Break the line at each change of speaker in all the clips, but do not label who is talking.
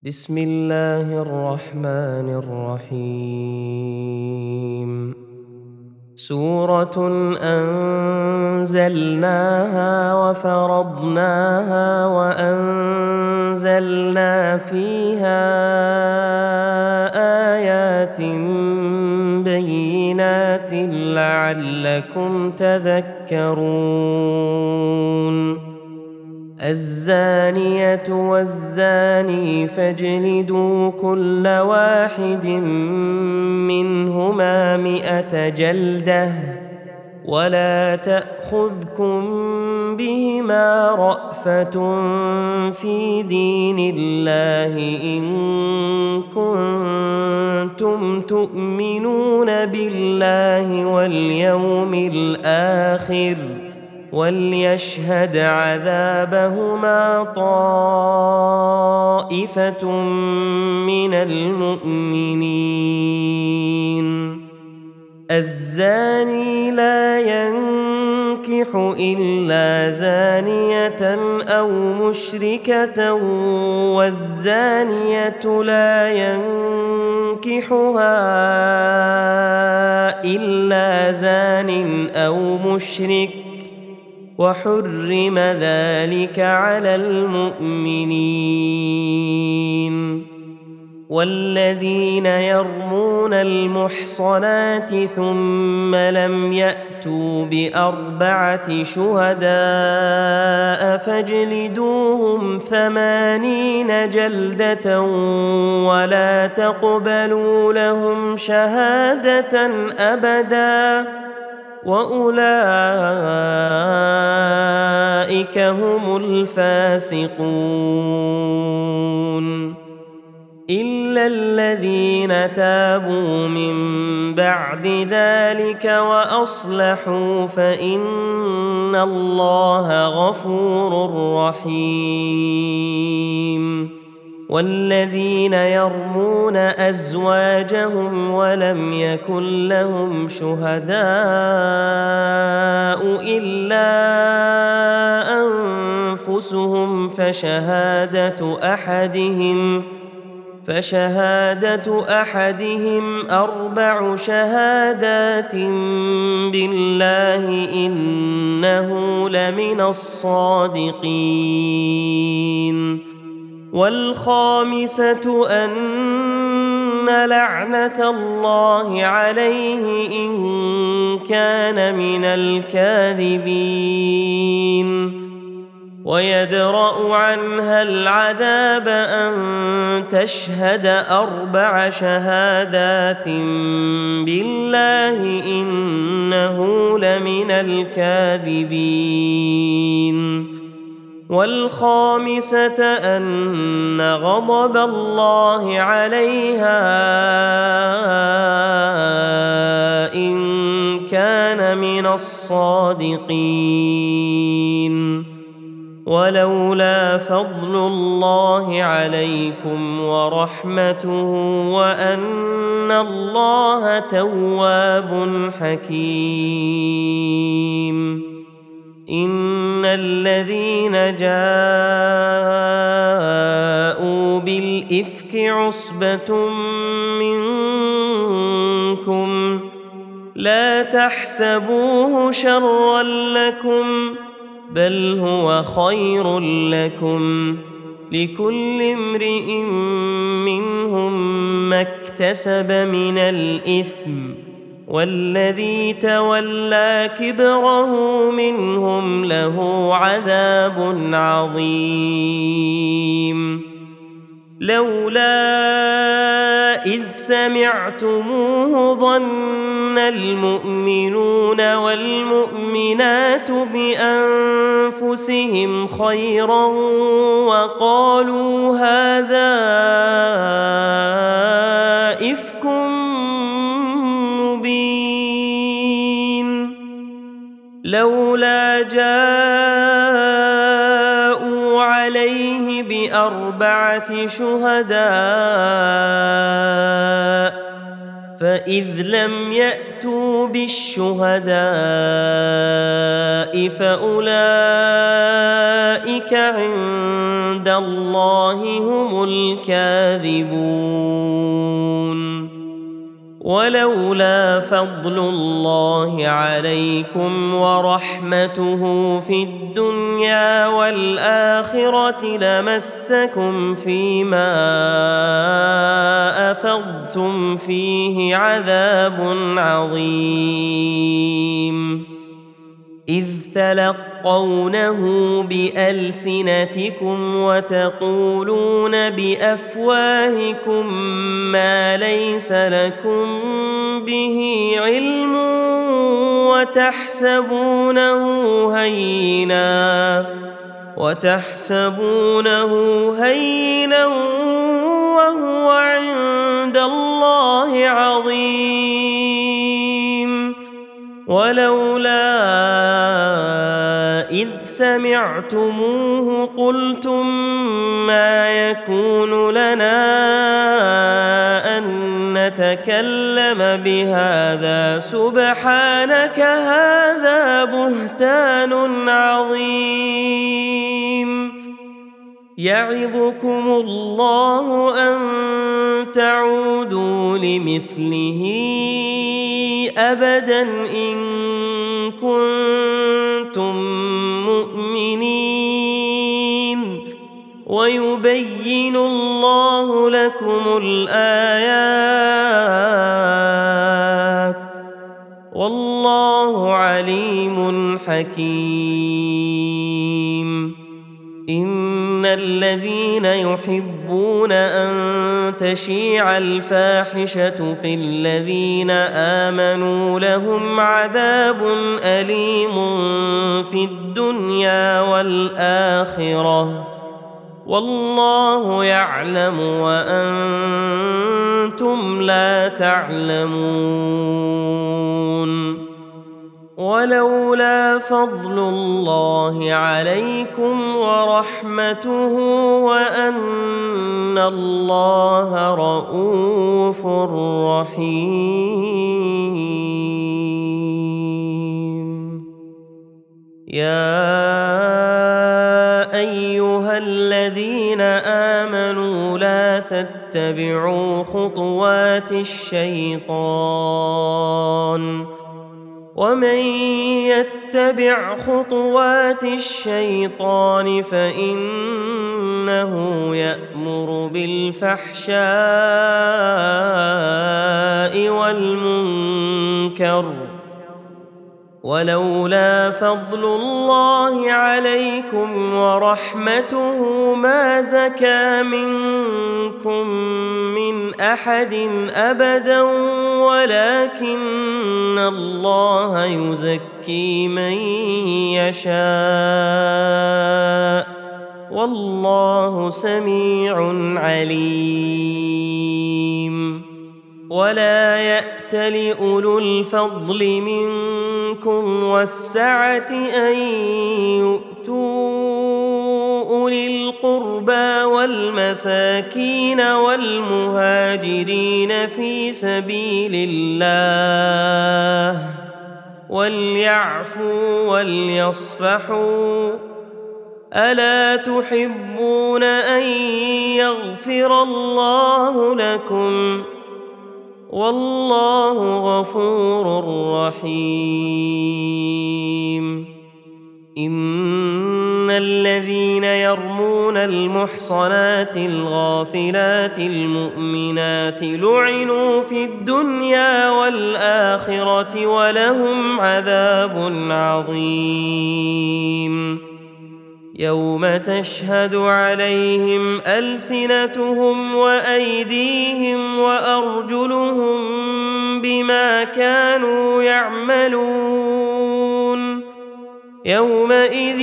بسم الله الرحمن الرحيم. سورة أنزلناها وفرضناها وأنزلنا فيها آيات بينات لعلكم تذكرون. الزانية والزاني فاجلدوا كل واحد منهما 100 جلدة ولا تأخذكم بهما رأفة في دين الله إن كنتم تؤمنون بالله واليوم الآخر وليشهد عذابهما طائفة من المؤمنين. الزاني لا ينكح إلا زانية أو مشركة والزانية لا ينكحها إلا زان أو مشرك وحرم ذلك على المؤمنين. والذين يرمون المحصنات ثم لم يأتوا ب4 شهداء فاجلدوهم 80 جلدة ولا تقبلوا لهم شهادة أبدا وأولئك هم الفاسقون. إلا الذين تابوا من بعد ذلك وأصلحوا فإن الله غفور رحيم. والذين يرمون أزواجهم ولم يكن لهم شهداء إلا أنفسهم فشهادة أحدهم 4 شهادات بالله إنه لمن الصادقين. والخامسة أن لعنة الله عليه إن كان من الكاذبين ويدرأ عنها العذاب أن تشهد 4 شهادات بالله إنه لمن الكاذبين. والخامسة أن غضب الله عليها إن كان من الصادقين. ولولا فضل الله عليكم ورحمته وأن الله تواب حكيم. إن الذين جاءوا بالإفك عصبة منكم لا تحسبوه شرا لكم بل هو خير لكم لكل امرئ منهم ما اكتسب من الإثم والذي تولى كبره منهم له عذاب عظيم. لولا إذ سمعتموه ظن المؤمنون والمؤمنات بأنفسهم خيرا وقالوا هذا إفك مبين. لولا جاءوا عليه ب4 شهداء فإذ لم يأتوا بالشهداء فأولئك عند الله هم الكاذبون. ولولا فضل الله عليكم ورحمته في الدنيا والآخرة لمسكم فيما أفضتم فيه عذاب عظيم، إذ تلقونه بألسنتكم وتقولون بأفواهكم ما ليس لكم به علم وتحسبونه هينا وهو عند الله عظيم. ولولا إذ سمعتموه قلتم ما يكون لنا أن نتكلم بهذا سبحانك هذا بهتان عظيم. يعظكم الله أن تعودوا لمثله أبدا إن كنتم مؤمنين، ويبين الله لكم الآيات والله عليم حكيم. إن الذين يحبون أن تشيع الفاحشة في الذين آمنوا لهم عذاب أليم في الدنيا والآخرة والله يعلم وأنتم لا تعلمون. ولولا فضل الله عليكم ورحمته وأن الله رؤوف رحيم. يا أيها الذين آمنوا لا تتبعوا خطوات الشيطان، ومن يتبع خطوات الشيطان فإنه يأمر بالفحشاء والمنكر. ولولا فضل الله عليكم ورحمته ما زكى منكم من أحد أبدا ولكن الله يزكي من يشاء والله سميع عليم. ولا يأت لأولو الفضل منكم والسعة أن يؤتوا أولي القربى والمساكين والمهاجرين في سبيل الله وليعفوا وليصفحوا، ألا تحبون أن يغفر الله لكم والله غفور رحيم. إن الذين يرمون المحصنات الغافلات المؤمنات لعنوا في الدنيا والآخرة ولهم عذاب عظيم. يوم تشهد عليهم ألسنتهم وأيديهم وأرجلهم بما كانوا يعملون، يومئذ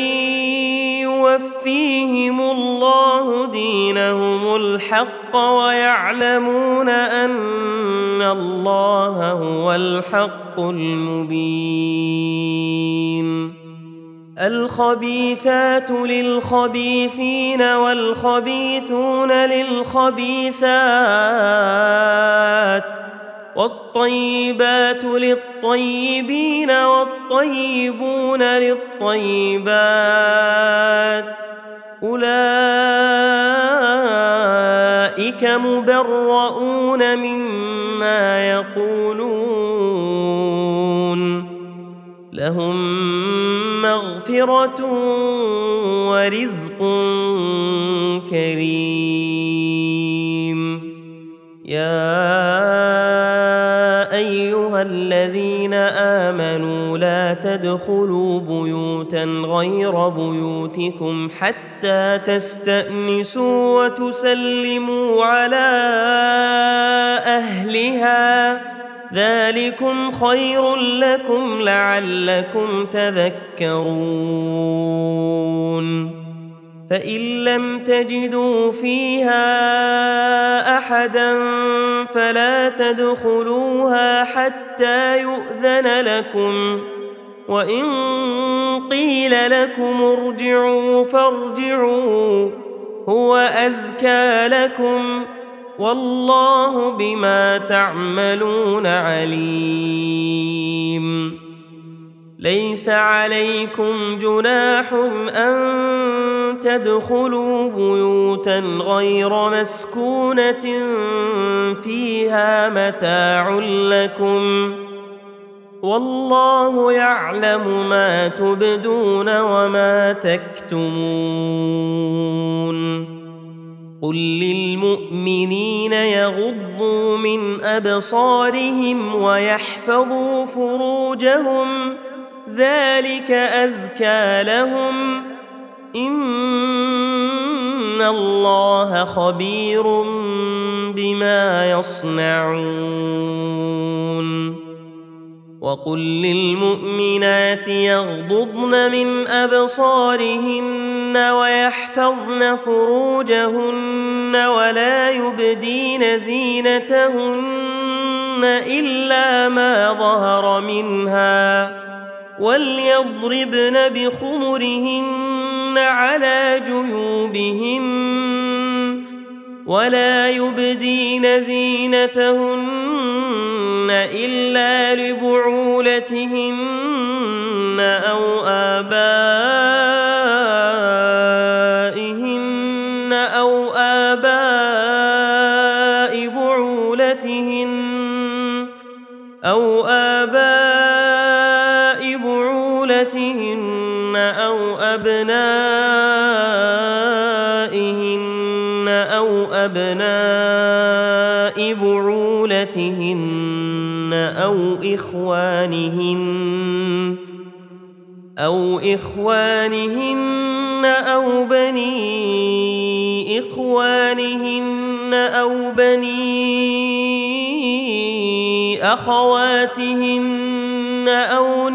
يوفيهم الله دينهم الحق ويعلمون أن الله هو الحق المبين. الخبيثات للخبيثين والخبيثون للخبيثات والطيبات للطيبين والطيبون للطيبات أولئك مبرؤون مما يقولون لهم مغفرة ورزق كريم. يا أيها الذين آمنوا لا تدخلوا بيوتا غير بيوتكم حتى تستأنسوا وتسلموا على أهلها ذلكم خير لكم لعلكم تذكرون. فإن لم تجدوا فيها أحدا فلا تدخلوها حتى يؤذن لكم، وإن قيل لكم ارجعوا فارجعوا هو أزكى لكم والله بما تعملون عليم. ليس عليكم جناح أن تدخلوا بيوتا غير مسكونة فيها متاع لكم والله يعلم ما تبدون وما تكتمون. قل للمؤمنين يغضوا من أبصارهم ويحفظوا فروجهم ذلك أزكى لهم إن الله خبير بما يصنعون. وقل للمؤمنات يغضضن من أبصارهن ويحفظن فروجهن ولا يبدين زينتهن إلا ما ظهر منها وليضربن بخمرهن على جيوبهن ولا يبدين زينتهن إلا لبعولتهن أو آبائهن أو آباء بعولتهن أو آباء بعولتهن أو أبنائهن أو أبناء بعولتهن أو إخوانهن أو بني إخوانهن أو بني أخواتهن أو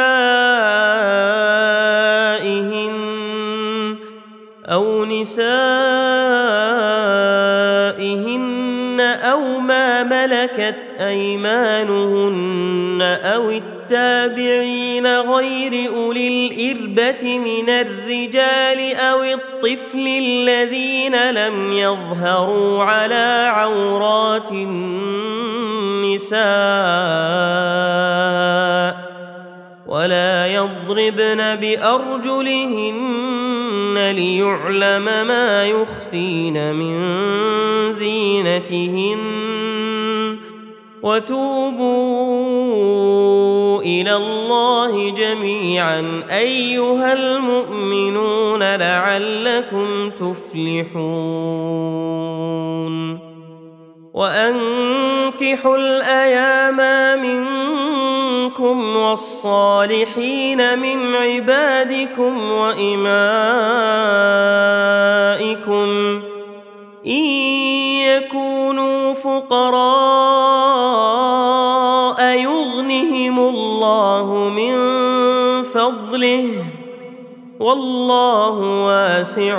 نسائهن أو ما ملكت أيمانهن أو التابعين غير أولي الإربة من الرجال أو الطفل الذين لم يظهروا على عورات النساء ولا يضربن بأرجلهن ليعلم ما يخفين من زينتهن وتوبوا إلى الله جميعا أيها المؤمنون لعلكم تفلحون. وأنكحوا الأيام منكم والصالحين من عبادكم وإمائكم إن يكونوا فقراء يغنهم الله من فضله والله واسع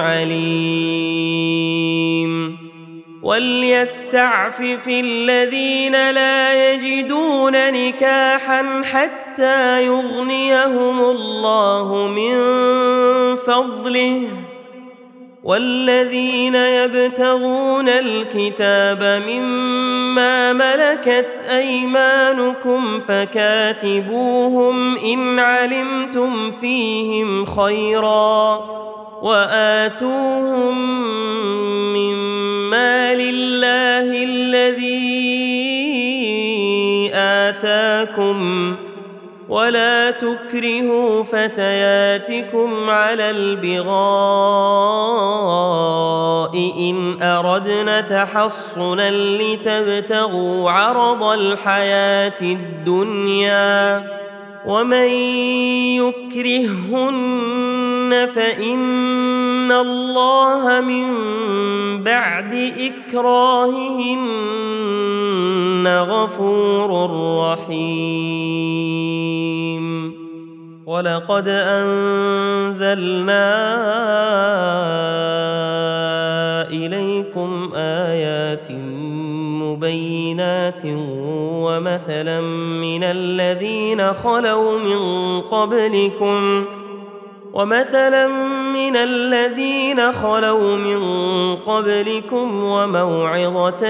عليم. وليستعفف الذين لا يجدون نكاحا حتى يغنيهم الله من فضله والذين يبتغون الكتاب مما ملكت أيمانكم فكاتبوهم إن علمتم فيهم خيرا وآتوهم مما لله الذي آتاكم ولا تكرهوا فتياتكم على البغاء إن أردنا تحصنا لتبتغوا عرض الحياة الدنيا ومن يكرهن فإن الله من بعد إكراههن غفور رحيم ولقد أنزلنا إليكم آيات مبينات ومثلا من الذين خلوا من قبلكم وموعظة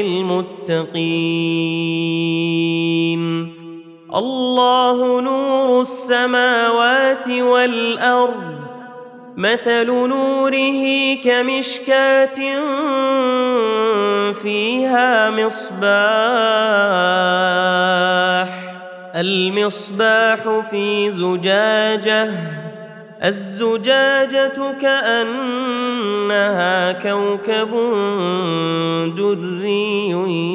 للمتقين الله نور السماوات والأرض مثل نوره كمشكاة فيها المصباح في زجاجة الزجاجة كأنها كوكب دري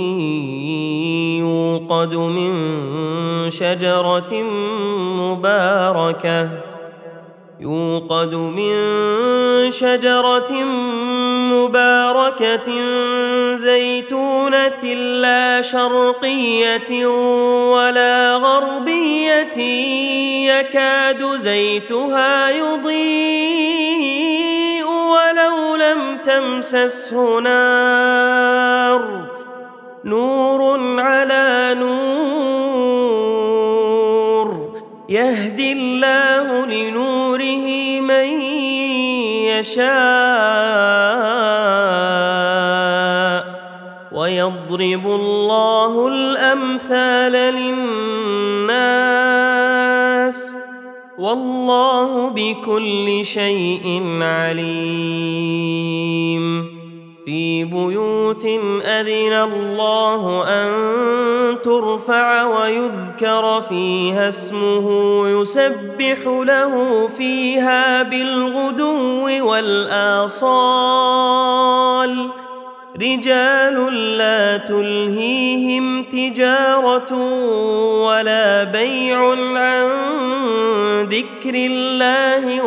يوقد من شجرة مباركة زيتونة لا شرقية ولا غربية يكاد زيتها يضيء ولو لم تمسسه نور على نور يهدي الله لنوره من يشاء ويضرب الله الأمثال للناس والله بكل شيء عليم في بيوت أذن الله أن ترفع ويذكر فيها اسمه يسبح له فيها بالغدو والآصال رجال لا تلهيهم تجارة ولا بيع عن ذكر الله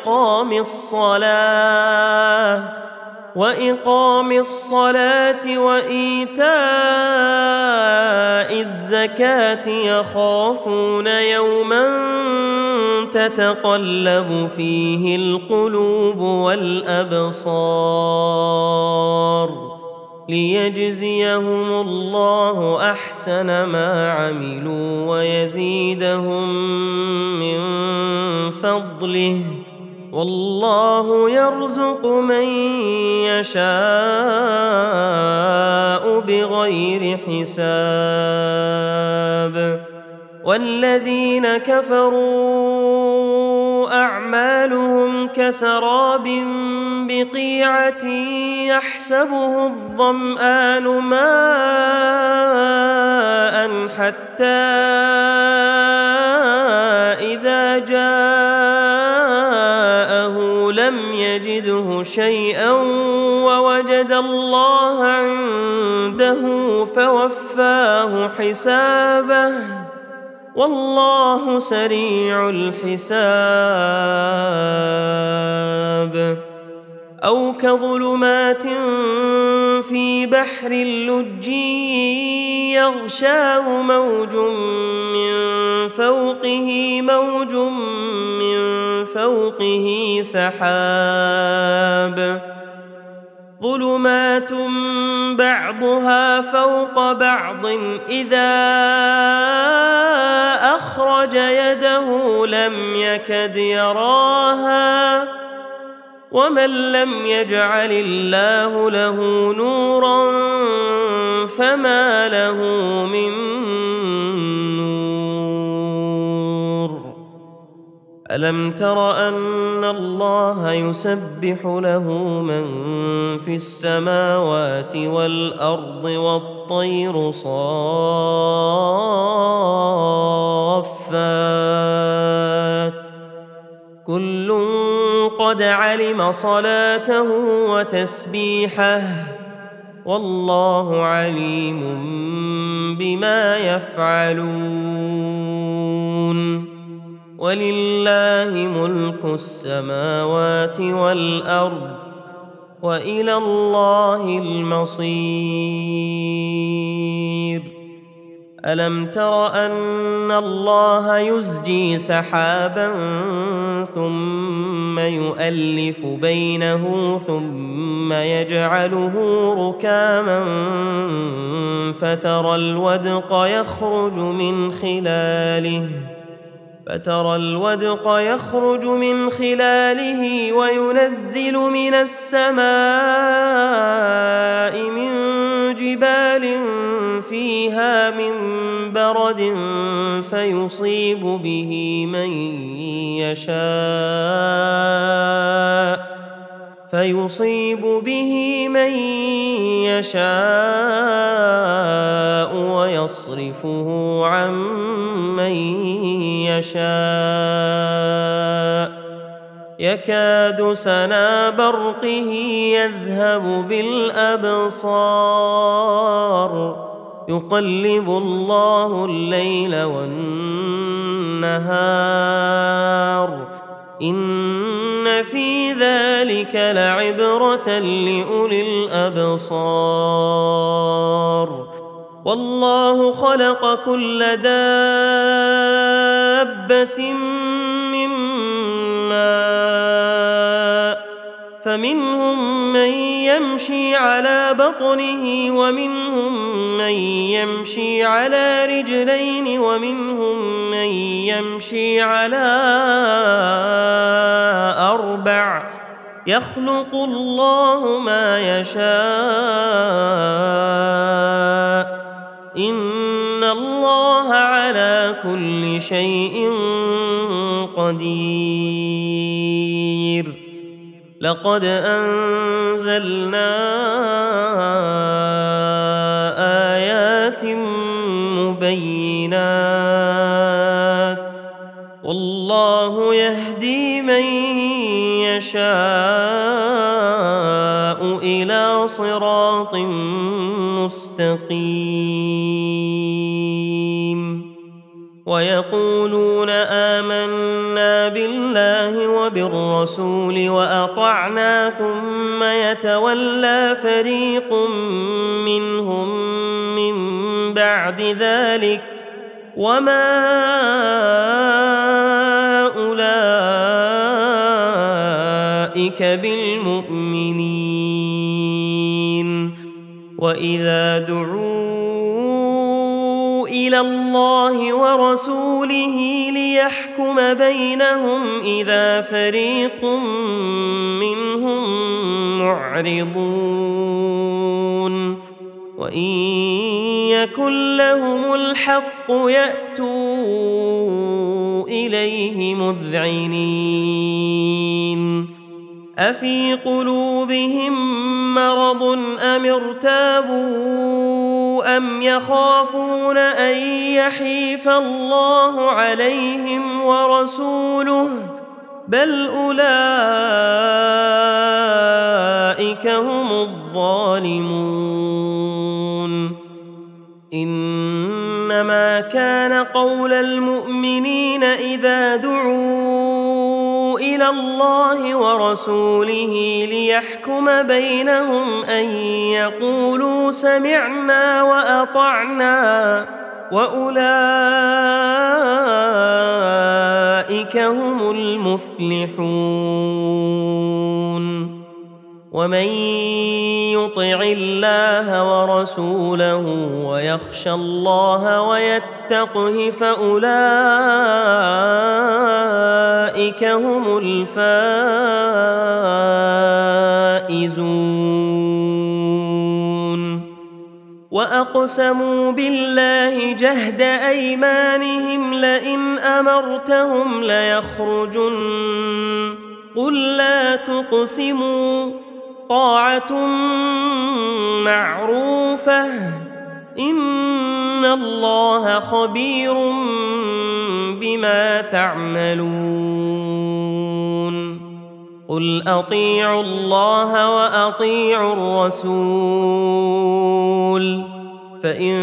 وإقام الصلاة وإيتاء الزكاة يخافون يوما تتقلب فيه القلوب والأبصار ليجزيهم الله أحسن ما عملوا ويزيدهم من فضله والله يرزق من يشاء بغير حساب والذين كفروا أعمالهم كسراب بقيعة يحسبه الظمآن ماء حتى إذا جاءه لم يجده شيئا ووجد الله عنده فوفاه حسابه والله سريع الحساب أو كظلمات في بحر اللجي يغشاه موج من فوقه سحاب ظلمات بعضها فوق بعض إذا أخرج يده لم يكد يراها ومن لم يجعل الله له نورا فما له من نور. ألم تر أن الله يسبح له من في السماوات والأرض والطير صافات كل قد علم صلاته وتسبيحه والله عليم بما يفعلون. ولله ملك السماوات والأرض وإلى الله المصير. ألم تر أن الله يزجي سحابا ثم يؤلف بينه ثم يجعله ركاما فترى الودق يخرج من خلاله وينزل من السماء من جبال فيها من برد فيصيب به من يشاء ويصرفه عن من يشاء يكاد سنا برقه يذهب بالأبصار يقلب الله الليل والنهار إن في ذلك لعبرة لأولي الأبصار. والله خلق كل دابة من ماء فمنهم من يمشي على بطنه ومنهم من يمشي على رجلين ومنهم من يمشي على أربع يخلق الله ما يشاء إن الله على كل شيء قدير. لقد أنزلنا آيات مبينات والله يهدي من يشاء إلى صراط مستقيم. ويقولون آمنا بالله وبالرسول وأطعنا ثم يتولى فريق منهم من بعد ذلك وما أولئك بالمؤمنين. وإذا دعوا إلى الله ورسوله ليحكم بينهم إذا فريق منهم معرضون وإن يكن لهم الحق يأتوا إليه مذعنين. أفي قلوبهم مرض أم ارتابوا أم يخافون أن يحيف الله عليهم ورسوله بل أولئك هم الظالمون. إنما كان قول المؤمنين إذا دعوا إلى الله ورسوله ليحكم بينهم أن يقولوا سمعنا وأطعنا وأولئك هم المفلحون. ومن يطع الله ورسوله ويخشى الله ويتقه فأولئك هم الفائزون. وأقسموا بالله جهد أيمانهم لئن أمرتهم ليخرجن قل لا تقسموا طاعة معروفة إن الله خبير بما تعملون. قل أطيعوا الله وأطيعوا الرسول فإن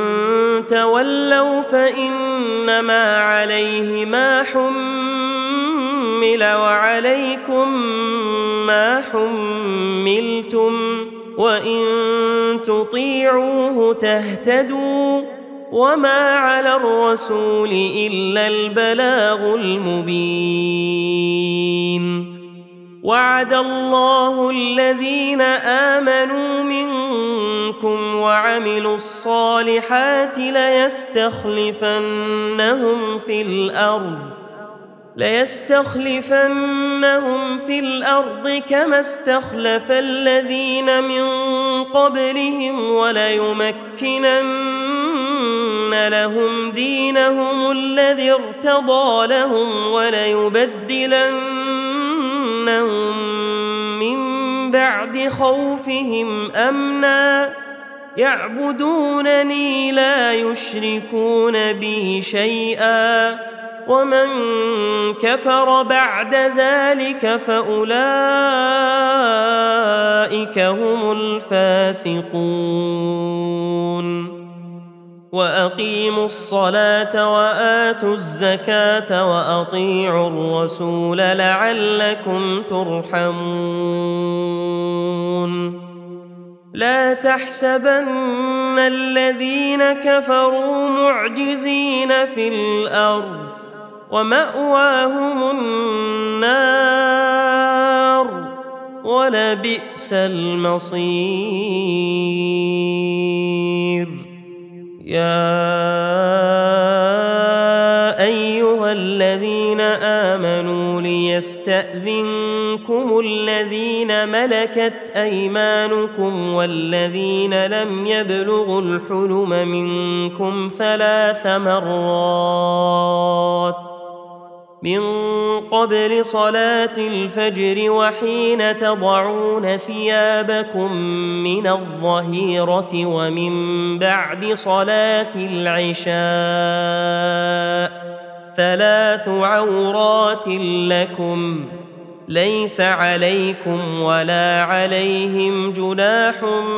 تولوا فإنما عليه ما حمل وعليكم ما حملتم وإن تطيعوه تهتدوا وما على الرسول إلا البلاغ المبين. وعد الله الذين آمنوا منكم وعملوا الصالحات ليستخلفنهم في الأرض كما استخلف الذين من قبلهم وليمكنن لهم دينهم الذي ارتضى لهم وليبدلنهم من بعد خوفهم أمنا يعبدونني لا يشركون بي شيئا ومن كفر بعد ذلك فأولئك هم الفاسقون. وأقيموا الصلاة وآتوا الزكاة وأطيعوا الرسول لعلكم ترحمون. لا تحسبن الذين كفروا معجزين في الأرض ومأواهم النار ولبئس المصير. يا أيها الذين آمنوا ليستأذنكم الذين ملكت أيمانكم والذين لم يبلغوا الحلم منكم 3 مرات من قبل صلاة الفجر وحين تضعون ثيابكم من الظهيرة ومن بعد صلاة العشاء 3 عورات لكم ليس عليكم ولا عليهم جناح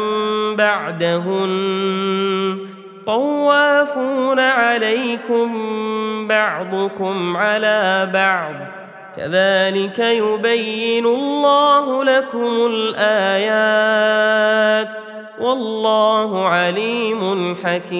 بعدهن طوافون عليكم بعضكم على بعض كذلك يبين الله لكم الآيات والله عليم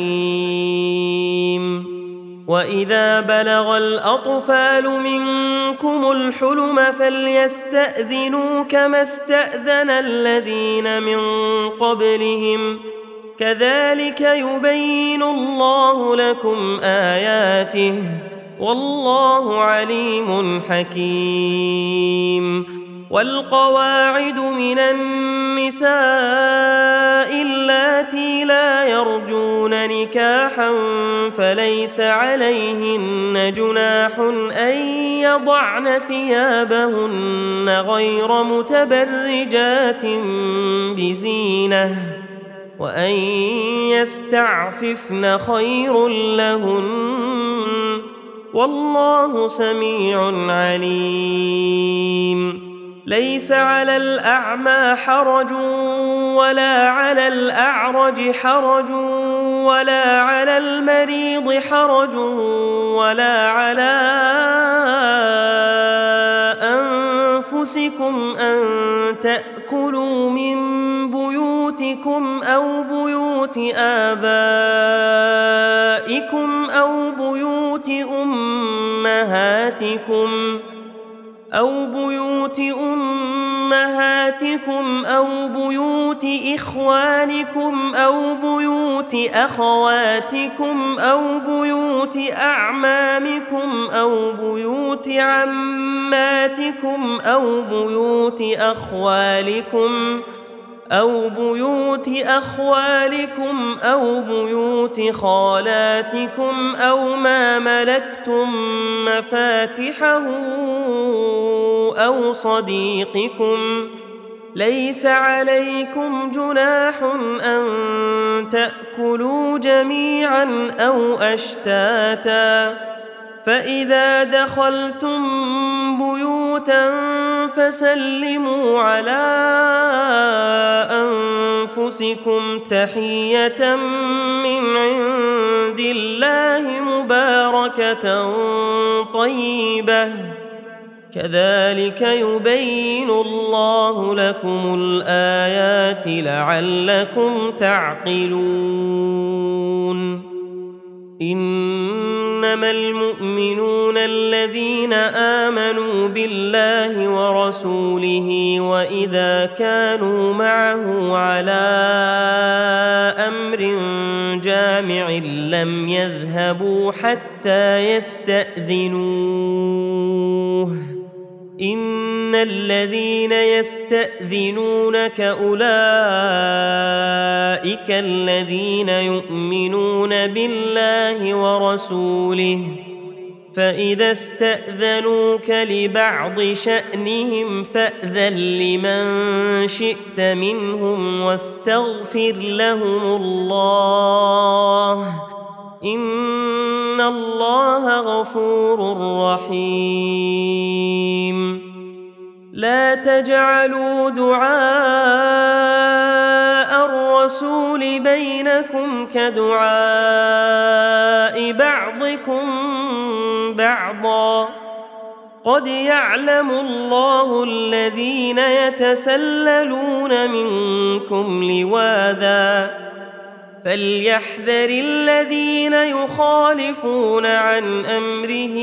حكيم. وإذا بلغ الأطفال منكم الحلم فليستأذنوا كما استأذن الذين من قبلهم كذلك يبين الله لكم آياته والله عليم حكيم. والقواعد من النساء اللاتي لا يرجون نكاحا فليس عليهن جناح أن يضعن ثيابهن غير متبرجات بزينة وأن يستعففن خير لهن والله سميع عليم. ليس على الأعمى حرج ولا على الأعرج حرج ولا على المريض حرج ولا على أنفسكم أن تأكلوا من بيوتكم أو بيوت آبائكم أو بيوت أمهاتكم أمهاتكم أو بيوت إخوانكم أو بيوت أخواتكم أو بيوت أعمامكم أو بيوت عماتكم أو بيوت أخوالكم أو بيوت خالاتكم أو ما ملكتم مفاتحه أو صديقكم. ليس عليكم جناح أن تأكلوا جميعا أو أشتاتا، فإذا دخلتم بيوتا فسلموا على أنفسكم تحية من عند الله مباركة طيبة، كذلك يبين الله لكم الآيات لعلكم تعقلون. إنما المؤمنون الذين آمنوا بالله ورسوله وإذا كانوا معه على أمر جامع لم يذهبوا حتى يستأذنوه. إن الذين يستأذنونك أولئك الذين يؤمنون بالله ورسوله، فإذا استأذنوك لبعض شأنهم فأذن لمن شئت منهم واستغفر لهم الله، إن الله غفور رحيم. لا تجعلوا دعاء الرسول بينكم كدعاء بعضكم بعضا، قد يعلم الله الذين يتسللون منكم لواذا، فليحذر الذين يخالفون عن أمره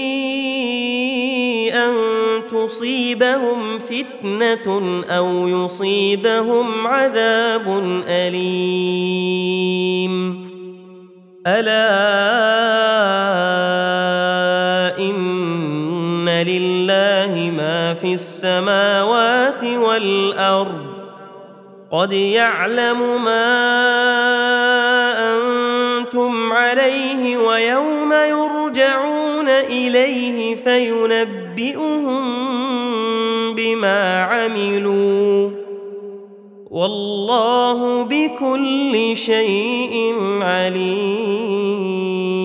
أن تصيبهم فتنة أو يصيبهم عذاب أليم. ألا إن لله ما في السماوات والأرض، قد يعلم ما أنتم عليه ويوم يرجعون إليه فينبئهم بما عملوا، والله بكل شيء عليم.